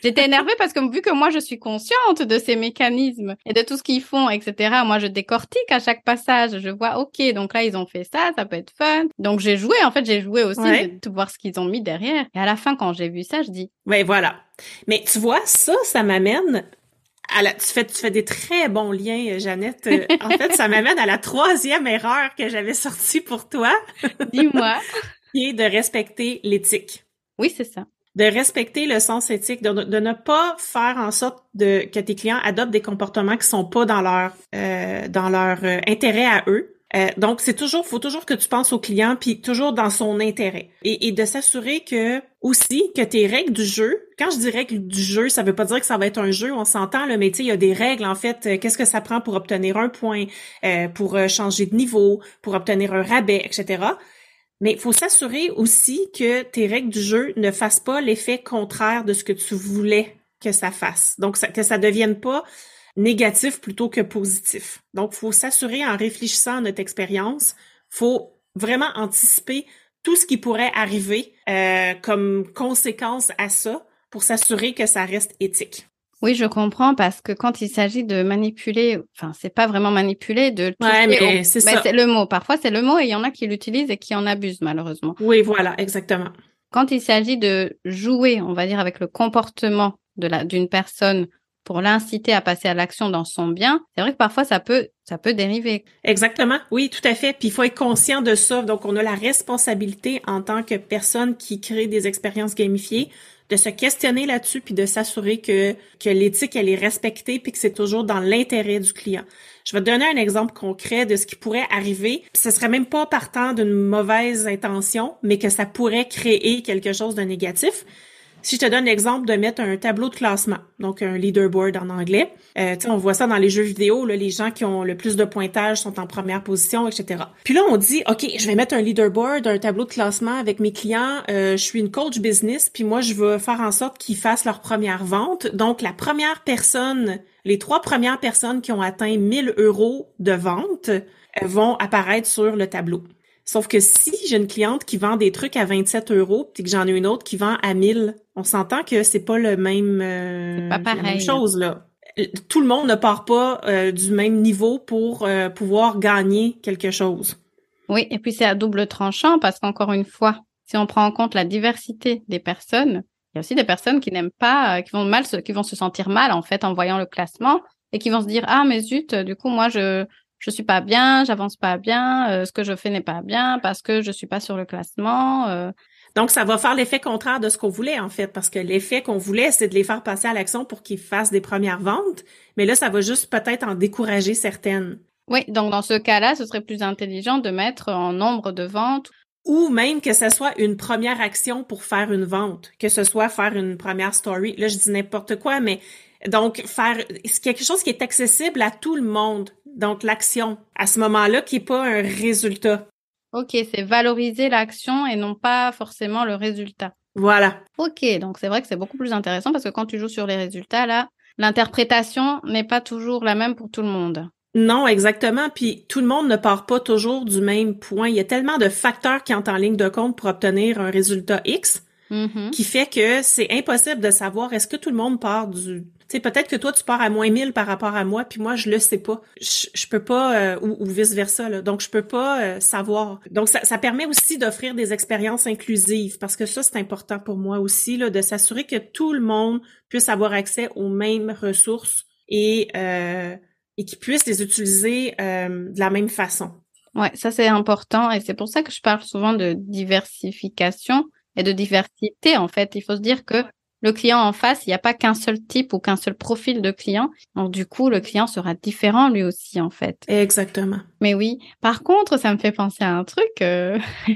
J'étais énervée parce que vu que moi, je suis consciente de ces mécanismes et de tout ce qu'ils font, et cetera, moi, je décortique à chaque passage. Je vois, OK, donc là, ils ont fait ça, ça peut être fun. Donc, j'ai joué. En fait, j'ai joué aussi Ouais. de, de voir ce qu'ils ont mis derrière. Et à la fin, quand j'ai vu ça, je dis... Ouais, voilà. Mais tu vois, ça, ça m'amène... À la... tu, fais, tu fais des très bons liens, Jeannette. En fait, ça m'amène à la troisième erreur que j'avais sortie pour toi. Dis-moi. Qui est de respecter l'éthique. Oui, c'est ça. De respecter le sens éthique, de, de ne pas faire en sorte de que tes clients adoptent des comportements qui sont pas dans leur euh, dans leur euh, intérêt à eux. Euh, donc c'est toujours, faut toujours que tu penses au client puis toujours dans son intérêt et, et de s'assurer que aussi que tes règles du jeu. Quand je dis règles du jeu, ça veut pas dire que ça va être un jeu, on s'entend le métier, il y a des règles en fait. Euh, qu'est-ce que ça prend pour obtenir un point, euh, pour euh, changer de niveau, pour obtenir un rabais, et cetera. Mais il faut s'assurer aussi que tes règles du jeu ne fassent pas l'effet contraire de ce que tu voulais que ça fasse. Donc, ça, que ça devienne pas négatif plutôt que positif. Donc, il faut s'assurer en réfléchissant à notre expérience, faut vraiment anticiper tout ce qui pourrait arriver euh, comme conséquence à ça pour s'assurer que ça reste éthique. Oui, je comprends parce que quand il s'agit de manipuler, enfin, c'est pas vraiment manipuler, de toucher ouais, mais au... c'est ben, ça. C'est le mot. Parfois, c'est le mot et il y en a qui l'utilisent et qui en abusent, malheureusement. Oui, voilà, exactement. Quand il s'agit de jouer, on va dire, avec le comportement de la, d'une personne pour l'inciter à passer à l'action dans son bien, c'est vrai que parfois, ça peut, ça peut dériver. Exactement. Oui, tout à fait. Puis il faut être conscient de ça. Donc, on a la responsabilité en tant que personne qui crée des expériences gamifiées de se questionner là-dessus puis de s'assurer que que l'éthique elle est respectée puis que c'est toujours dans l'intérêt du client. Je vais te donner un exemple concret de ce qui pourrait arriver. Ce serait même pas partant d'une mauvaise intention, mais que ça pourrait créer quelque chose de négatif. Si je te donne l'exemple de mettre un tableau de classement, donc un leaderboard en anglais, euh, tu sais, on voit ça dans les jeux vidéo, là, les gens qui ont le plus de pointage sont en première position, et cetera. Puis là, on dit, OK, je vais mettre un leaderboard, un tableau de classement avec mes clients. Euh, je suis une coach business, puis moi, je veux faire en sorte qu'ils fassent leur première vente. Donc, la première personne, les trois premières personnes qui ont atteint mille euros de vente euh, vont apparaître sur le tableau. Sauf que si j'ai une cliente qui vend des trucs à vingt-sept euros puis que j'en ai une autre qui vend à mille, on s'entend que c'est pas le même, euh, C'est pas pareil. la même chose, là. Tout le monde ne part pas euh, du même niveau pour euh, pouvoir gagner quelque chose. Oui, et puis c'est à double tranchant parce qu'encore une fois, si on prend en compte la diversité des personnes, il y a aussi des personnes qui n'aiment pas, euh, qui vont mal, se, qui vont se sentir mal en fait en voyant le classement et qui vont se dire ah mais zut, du coup moi je je suis pas bien, j'avance pas bien, euh, ce que je fais n'est pas bien parce que je suis pas sur le classement. Euh... Donc ça va faire l'effet contraire de ce qu'on voulait en fait, parce que l'effet qu'on voulait c'est de les faire passer à l'action pour qu'ils fassent des premières ventes, mais là ça va juste peut-être en décourager certaines. Oui, donc dans ce cas-là, ce serait plus intelligent de mettre en nombre de ventes. Ou même que ce soit une première action pour faire une vente, que ce soit faire une première story. Là, je dis n'importe quoi, mais donc faire c'est quelque chose qui est accessible à tout le monde. Donc l'action, à ce moment-là, qui est pas un résultat. Ok, c'est valoriser l'action et non pas forcément le résultat. Voilà. Ok, donc c'est vrai que c'est beaucoup plus intéressant parce que quand tu joues sur les résultats, là, l'interprétation n'est pas toujours la même pour tout le monde. Non, exactement. Puis tout le monde ne part pas toujours du même point. Il y a tellement de facteurs qui entrent en ligne de compte pour obtenir un résultat X mm-hmm. qui fait que c'est impossible de savoir est-ce que tout le monde part du... Tu sais, peut-être que toi, tu pars à moins mille par rapport à moi, puis moi, je le sais pas. Je, je peux pas, euh, ou, ou vice-versa, là. Donc, je peux pas euh, savoir. Donc, ça, ça permet aussi d'offrir des expériences inclusives, parce que ça, c'est important pour moi aussi, là, de s'assurer que tout le monde puisse avoir accès aux mêmes ressources et... Euh, et qu'ils puissent les utiliser euh, de la même façon. Ouais, ça c'est important et c'est pour ça que je parle souvent de diversification et de diversité en fait. Il faut se dire que le client en face, il n'y a pas qu'un seul type ou qu'un seul profil de client. Donc du coup, le client sera différent lui aussi en fait. Exactement. Mais oui. Par contre, ça me fait penser à un truc. Euh...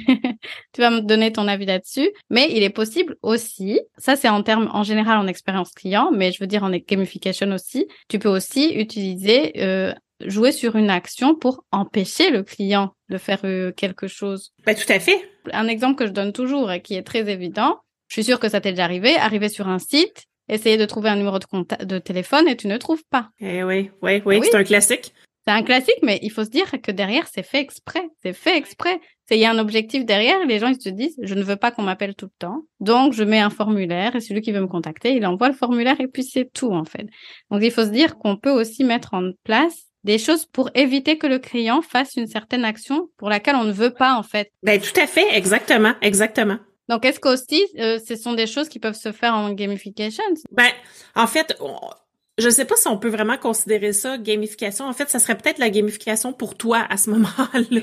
tu vas me donner ton avis là-dessus. Mais il est possible aussi, ça c'est en termes en général en expérience client, mais je veux dire en gamification aussi, tu peux aussi utiliser, euh, jouer sur une action pour empêcher le client de faire euh, quelque chose. Ben tout à fait. Un exemple que je donne toujours et qui est très évident, je suis sûre que ça t'est déjà arrivé, arriver sur un site, essayer de trouver un numéro de, contact, de téléphone et tu ne trouves pas. Eh oui, oui, oui, oui. C'est un classique. C'est un classique, mais il faut se dire que derrière, c'est fait exprès. C'est fait exprès. Il y a un objectif derrière. Les gens, ils se disent, je ne veux pas qu'on m'appelle tout le temps. Donc, je mets un formulaire et celui qui veut me contacter, il envoie le formulaire et puis c'est tout, en fait. Donc, il faut se dire qu'on peut aussi mettre en place des choses pour éviter que le client fasse une certaine action pour laquelle on ne veut pas, en fait. Ben, tout à fait. Exactement. Exactement. Donc, est-ce qu'aussi, euh, ce sont des choses qui peuvent se faire en gamification? Ben, en fait, on... je sais pas si on peut vraiment considérer ça gamification. En fait, ça serait peut-être la gamification pour toi à ce moment-là.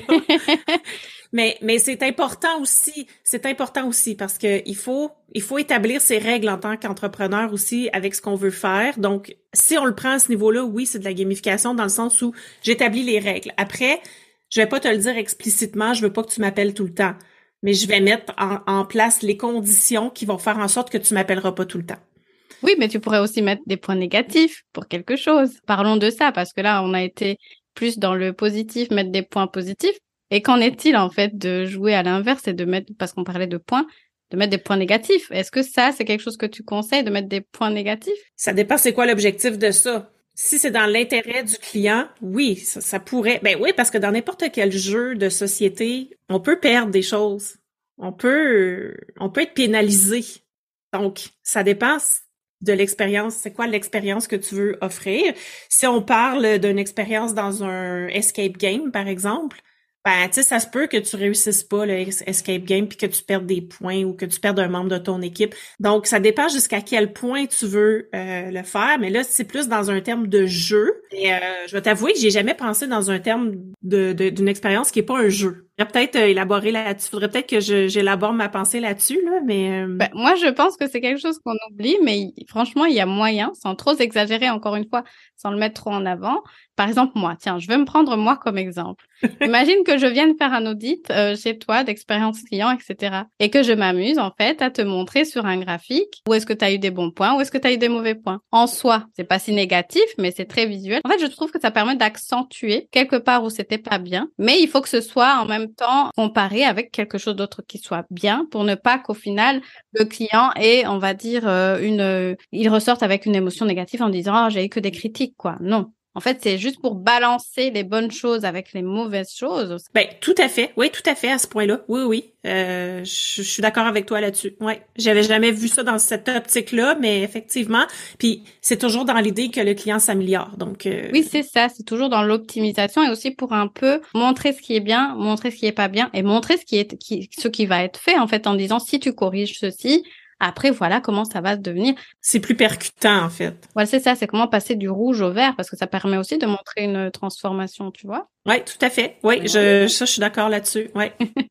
mais mais c'est important aussi, c'est important aussi parce que il faut il faut établir ses règles en tant qu'entrepreneur aussi avec ce qu'on veut faire. Donc, si on le prend à ce niveau-là, oui, c'est de la gamification dans le sens où j'établis les règles. Après, je vais pas te le dire explicitement, je veux pas que tu m'appelles tout le temps, mais je vais mettre en, en place les conditions qui vont faire en sorte que tu m'appelleras pas tout le temps. Oui, mais tu pourrais aussi mettre des points négatifs pour quelque chose. Parlons de ça, parce que là, on a été plus dans le positif, mettre des points positifs. Et qu'en est-il, en fait, de jouer à l'inverse et de mettre, parce qu'on parlait de points, de mettre des points négatifs? Est-ce que ça, c'est quelque chose que tu conseilles, de mettre des points négatifs? Ça dépend c'est quoi l'objectif de ça. Si c'est dans l'intérêt du client, oui, ça, ça pourrait. Ben oui, parce que dans n'importe quel jeu de société, on peut perdre des choses. On peut, on peut être pénalisé. Donc, ça dépend de l'expérience. C'est quoi l'expérience que tu veux offrir? Si on parle d'une expérience dans un escape game, par exemple, ben, tu sais, ça se peut que tu réussisses pas le escape game puis que tu perdes des points ou que tu perdes un membre de ton équipe. Donc, ça dépend jusqu'à quel point tu veux euh, le faire. Mais là, c'est plus dans un terme de jeu. Et euh, je vais t'avouer que j'ai jamais pensé dans un terme de, de d'une expérience qui est pas un jeu. Il faudrait peut-être euh, élaborer là-dessus. Faudrait peut-être que je, j'élabore ma pensée là-dessus, là, mais... Euh... Ben, moi, je pense que c'est quelque chose qu'on oublie, mais franchement, il y a moyen, sans trop exagérer, encore une fois, sans le mettre trop en avant. Par exemple, moi, tiens, je vais me prendre moi comme exemple. Imagine que je vienne faire un audit euh, chez toi d'expérience client, et cetera. Et que je m'amuse, en fait, à te montrer sur un graphique où est-ce que tu as eu des bons points, où est-ce que tu as eu des mauvais points. En soi, c'est pas si négatif, mais c'est très visuel. En fait, je trouve que ça permet d'accentuer quelque part où c'était pas bien, mais il faut que ce soit en même temps comparé avec quelque chose d'autre qui soit bien pour ne pas qu'au final, le client ait, on va dire, euh, une, euh, il ressorte avec une émotion négative en disant « Ah, j'ai eu que des critiques, quoi ». Non. En fait, c'est juste pour balancer les bonnes choses avec les mauvaises choses. Ben, tout à fait. Oui, tout à fait, à ce point-là. Oui, oui. Euh, je, je suis d'accord avec toi là-dessus. Ouais. J'avais jamais vu ça dans cette optique-là, mais effectivement. Puis, c'est toujours dans l'idée que le client s'améliore. Donc, euh... oui, c'est ça. C'est toujours dans l'optimisation et aussi pour un peu montrer ce qui est bien, montrer ce qui est pas bien et montrer ce qui est, qui, ce qui va être fait, en fait, en disant si tu corriges ceci, après, voilà comment ça va devenir. C'est plus percutant, en fait. Voilà, c'est ça. C'est comment passer du rouge au vert parce que ça permet aussi de montrer une transformation, tu vois. Oui, tout à fait. Oui, je, ça, je suis d'accord là-dessus. Oui.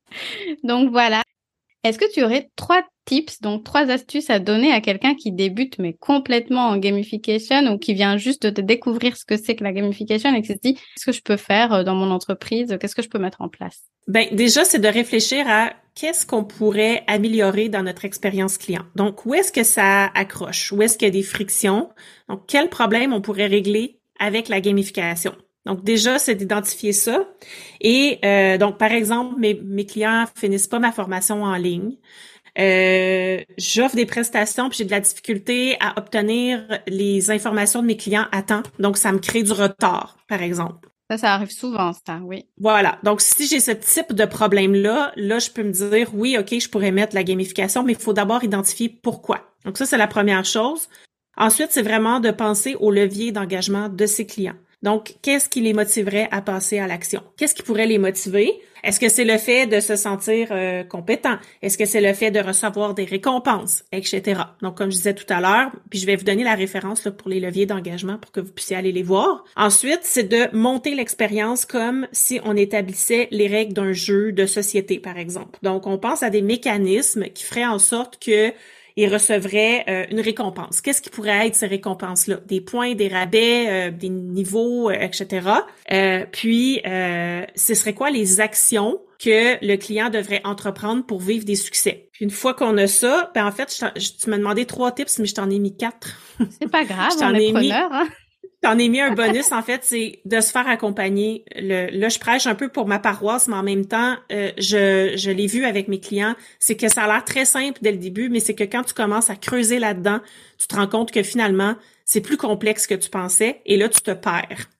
Donc, voilà. Est-ce que tu aurais trois tips, donc trois astuces à donner à quelqu'un qui débute mais complètement en gamification ou qui vient juste de découvrir ce que c'est que la gamification et qui se dit qu'est-ce que je peux faire dans mon entreprise, qu'est-ce que je peux mettre en place? Ben déjà, c'est de réfléchir à qu'est-ce qu'on pourrait améliorer dans notre expérience client. Donc, où est-ce que ça accroche? Où est-ce qu'il y a des frictions? Donc, quel problème on pourrait régler avec la gamification? Donc déjà, c'est d'identifier ça. Et euh, donc, par exemple, mes, mes clients finissent pas ma formation en ligne. Euh, j'offre des prestations puis j'ai de la difficulté à obtenir les informations de mes clients à temps. Donc, ça me crée du retard, par exemple. Ça, ça arrive souvent, ça, oui. Voilà. Donc, si j'ai ce type de problème-là, là, je peux me dire, oui, OK, je pourrais mettre la gamification, mais il faut d'abord identifier pourquoi. Donc, ça, c'est la première chose. Ensuite, c'est vraiment de penser au levier d'engagement de ses clients. Donc, qu'est-ce qui les motiverait à passer à l'action? Qu'est-ce qui pourrait les motiver? Est-ce que c'est le fait de se sentir euh, compétent? Est-ce que c'est le fait de recevoir des récompenses, et cetera. Donc, comme je disais tout à l'heure, puis je vais vous donner la référence là, pour les leviers d'engagement pour que vous puissiez aller les voir. Ensuite, c'est de monter l'expérience comme si on établissait les règles d'un jeu de société, par exemple. Donc, on pense à des mécanismes qui feraient en sorte que ils recevraient euh, une récompense. Qu'est-ce qui pourrait être ces récompenses-là? Des points, des rabais, euh, des niveaux, euh, et cetera. Euh, puis, euh, ce serait quoi les actions que le client devrait entreprendre pour vivre des succès? Puis une fois qu'on a ça, ben en fait, je je, tu m'as demandé trois tips, mais je t'en ai mis quatre. C'est pas grave, on est preneur, hein? T'en ai mis un bonus, en fait, c'est de se faire accompagner. Le, là, je prêche un peu pour ma paroisse, mais en même temps, euh, je, je l'ai vu avec mes clients, c'est que ça a l'air très simple dès le début, mais c'est que quand tu commences à creuser là-dedans, tu te rends compte que finalement, c'est plus complexe que tu pensais, et là, tu te perds.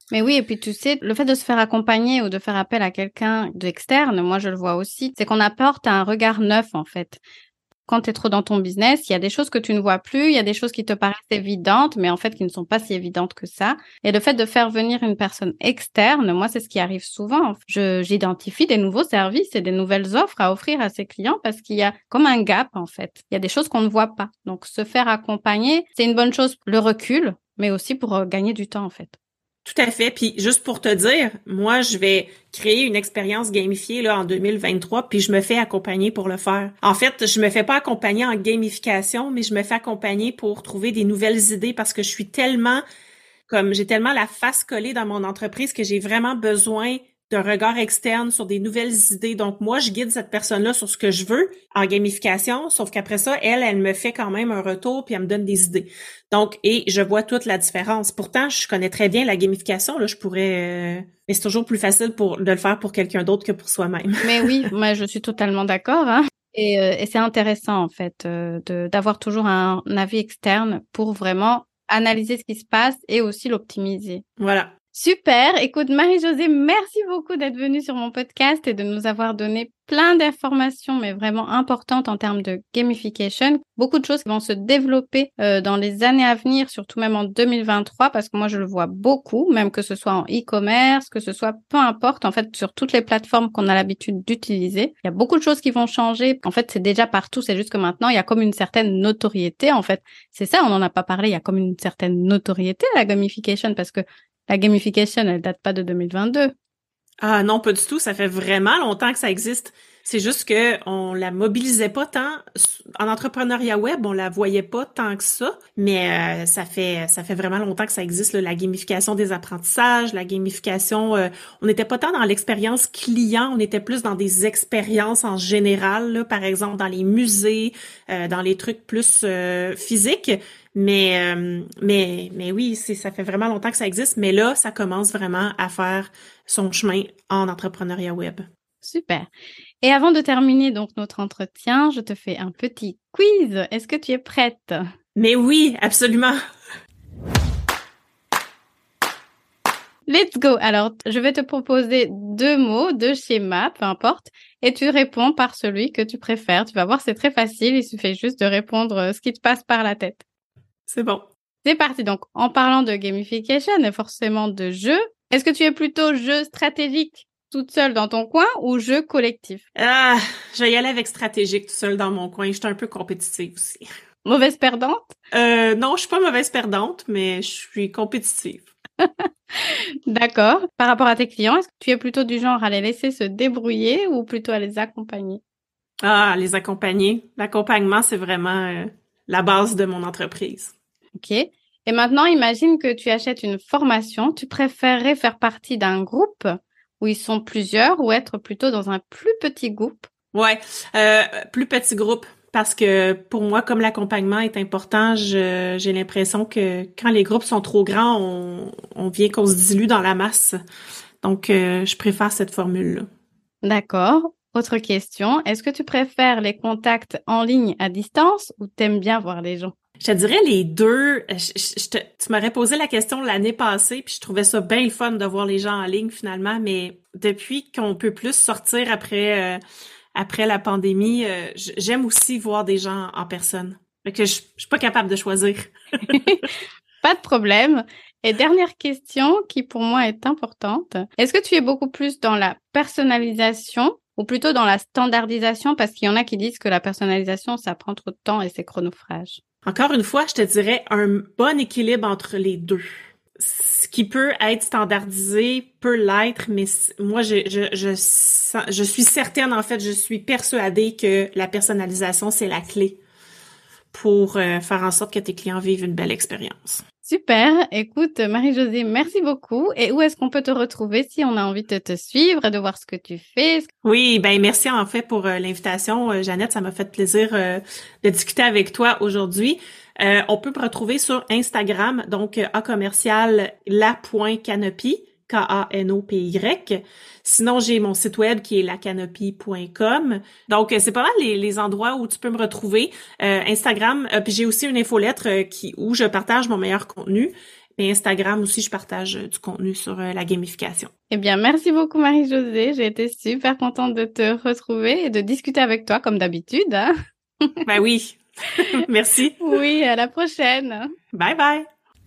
Mais oui, et puis tu sais, le fait de se faire accompagner ou de faire appel à quelqu'un d'externe, moi je le vois aussi, c'est qu'on apporte un regard neuf en fait. Quand tu es trop dans ton business, il y a des choses que tu ne vois plus, il y a des choses qui te paraissent évidentes, mais en fait qui ne sont pas si évidentes que ça. Et le fait de faire venir une personne externe, moi c'est ce qui arrive souvent. Je, j'identifie des nouveaux services et des nouvelles offres à offrir à ses clients parce qu'il y a comme un gap en fait. Il y a des choses qu'on ne voit pas. Donc se faire accompagner, c'est une bonne chose, le recul, mais aussi pour euh, gagner du temps en fait. Tout à fait. Puis juste pour te dire, moi, je vais créer une expérience gamifiée là en deux mille vingt-trois, puis je me fais accompagner pour le faire. En fait, je me fais pas accompagner en gamification, mais je me fais accompagner pour trouver des nouvelles idées parce que je suis tellement, comme j'ai tellement la face collée dans mon entreprise que j'ai vraiment besoin d'un regard externe sur des nouvelles idées. Donc, moi, je guide cette personne-là sur ce que je veux en gamification, sauf qu'après ça, elle, elle me fait quand même un retour puis elle me donne des idées. Donc, et je vois toute la différence. Pourtant, je connais très bien la gamification, là, je pourrais... Euh... Mais c'est toujours plus facile pour de le faire pour quelqu'un d'autre que pour soi-même. Mais oui, moi, je suis totalement d'accord, hein. Et, euh, et c'est intéressant, en fait, euh, de, d'avoir toujours un avis externe pour vraiment analyser ce qui se passe et aussi l'optimiser. Voilà. Super. Écoute, Marie-Josée, merci beaucoup d'être venue sur mon podcast et de nous avoir donné plein d'informations, mais vraiment importantes en termes de gamification. Beaucoup de choses qui vont se développer euh, dans les années à venir, surtout même en deux mille vingt-trois, parce que moi, je le vois beaucoup, même que ce soit en e-commerce, que ce soit peu importe, en fait, sur toutes les plateformes qu'on a l'habitude d'utiliser. Il y a beaucoup de choses qui vont changer. En fait, c'est déjà partout. C'est juste que maintenant, il y a comme une certaine notoriété. En fait, c'est ça, on n'en a pas parlé. Il y a comme une certaine notoriété à la gamification parce que la gamification, elle date pas de deux mille vingt-deux. Ah non, pas du tout. Ça fait vraiment longtemps que ça existe. C'est juste que on la mobilisait pas tant en entrepreneuriat web, on la voyait pas tant que ça. Mais euh, ça fait ça fait vraiment longtemps que ça existe là, la gamification des apprentissages, la gamification. Euh, on n'était pas tant dans l'expérience client, on était plus dans des expériences en général. Là, par exemple, dans les musées, euh, dans les trucs plus euh, physiques. Mais euh, mais mais oui, c'est ça fait vraiment longtemps que ça existe. Mais là, ça commence vraiment à faire son chemin en entrepreneuriat web. Super. Et avant de terminer donc notre entretien, je te fais un petit quiz. Est-ce que tu es prête? Mais oui, absolument. Let's go. Alors, je vais te proposer deux mots, deux schémas, peu importe, et tu réponds par celui que tu préfères. Tu vas voir, c'est très facile. Il suffit juste de répondre ce qui te passe par la tête. C'est bon. C'est parti. Donc, en parlant de gamification et forcément de jeu, est-ce que tu es plutôt jeu stratégique toute seule dans ton coin ou jeu collectif? Ah, je vais y aller avec stratégique tout seul dans mon coin. Je suis un peu compétitive aussi. Mauvaise perdante? Euh, non, je suis pas mauvaise perdante, mais je suis compétitive. D'accord. Par rapport à tes clients, est-ce que tu es plutôt du genre à les laisser se débrouiller ou plutôt à les accompagner? Ah, les accompagner. L'accompagnement, c'est vraiment euh, la base de mon entreprise. OK. Et maintenant, imagine que tu achètes une formation. Tu préférerais faire partie d'un groupe où ils sont plusieurs ou être plutôt dans un plus petit groupe? Ouais, euh, plus petit groupe. Parce que pour moi, comme l'accompagnement est important, je, j'ai l'impression que quand les groupes sont trop grands, on, on vient qu'on se dilue dans la masse. Donc, euh, je préfère cette formule-là. D'accord. Autre question. Est-ce que tu préfères les contacts en ligne à distance ou t'aimes bien voir les gens? Je te dirais les deux. Je, je, je te, tu m'aurais posé la question l'année passée, puis je trouvais ça bien le fun de voir les gens en ligne finalement, mais depuis qu'on peut plus sortir après... Euh, Après la pandémie, euh, j'aime aussi voir des gens en personne. Fait que je, je suis pas capable de choisir. Pas de problème. Et dernière question qui pour moi est importante. Est-ce que tu es beaucoup plus dans la personnalisation ou plutôt dans la standardisation? Parce qu'il y en a qui disent que la personnalisation, ça prend trop de temps et c'est chronophage. Encore une fois, je te dirais un bon équilibre entre les deux. Ce qui peut être standardisé peut l'être, mais moi, je, je, je, je suis certaine, en fait, je suis persuadée que la personnalisation, c'est la clé pour euh, faire en sorte que tes clients vivent une belle expérience. Super. Écoute, Marie-Josée, merci beaucoup. Et où est-ce qu'on peut te retrouver si on a envie de te suivre et de voir ce que tu fais? Oui, ben merci en fait pour euh, l'invitation, euh, Jeannette. Ça m'a fait plaisir euh, de discuter avec toi aujourd'hui. Euh, on peut me retrouver sur Instagram, donc euh, a commercial la.canopy, K A N O P Y. Sinon, j'ai mon site web qui est la canopy point com. Donc, euh, c'est pas mal les, les endroits où tu peux me retrouver. Euh, Instagram, euh, puis j'ai aussi une infolettre euh, qui où je partage mon meilleur contenu. Mais Instagram aussi, je partage du contenu sur la gamification. Eh bien, merci beaucoup Marie-Josée. J'ai été super contente de te retrouver et de discuter avec toi comme d'habitude. Hein? Ben oui. Merci. Oui, à la prochaine. Bye bye.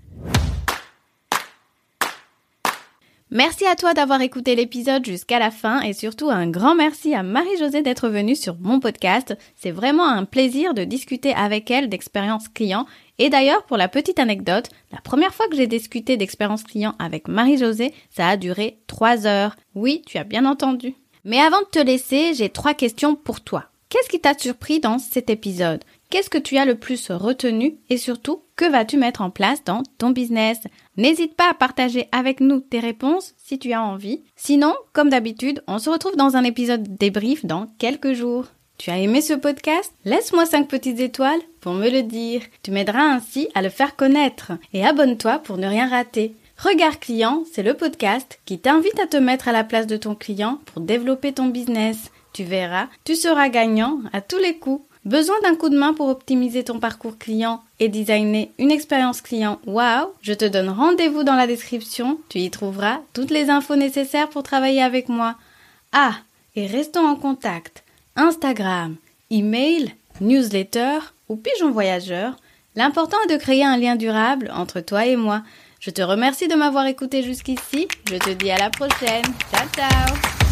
Merci à toi d'avoir écouté l'épisode jusqu'à la fin et surtout un grand merci à Marie-Josée d'être venue sur mon podcast. C'est vraiment un plaisir de discuter avec elle d'expérience client. Et d'ailleurs, pour la petite anecdote, la première fois que j'ai discuté d'expérience client avec Marie-Josée, ça a duré trois heures. Oui, tu as bien entendu. Mais avant de te laisser, j'ai trois questions pour toi. Qu'est-ce qui t'a surpris dans cet épisode ? Qu'est-ce que tu as le plus retenu et surtout, que vas-tu mettre en place dans ton business ? N'hésite pas à partager avec nous tes réponses si tu as envie. Sinon, comme d'habitude, on se retrouve dans un épisode débrief dans quelques jours. Tu as aimé ce podcast ? Laisse-moi cinq petites étoiles pour me le dire. Tu m'aideras ainsi à le faire connaître. Et abonne-toi pour ne rien rater. Regard Client, c'est le podcast qui t'invite à te mettre à la place de ton client pour développer ton business. Tu verras, tu seras gagnant à tous les coups. Besoin d'un coup de main pour optimiser ton parcours client et designer une expérience client waouh? Je te donne rendez-vous dans la description, tu y trouveras toutes les infos nécessaires pour travailler avec moi. Ah, et restons en contact. Instagram, email, newsletter ou pigeon voyageur. L'important est de créer un lien durable entre toi et moi. Je te remercie de m'avoir écouté jusqu'ici. Je te dis à la prochaine. Ciao, ciao!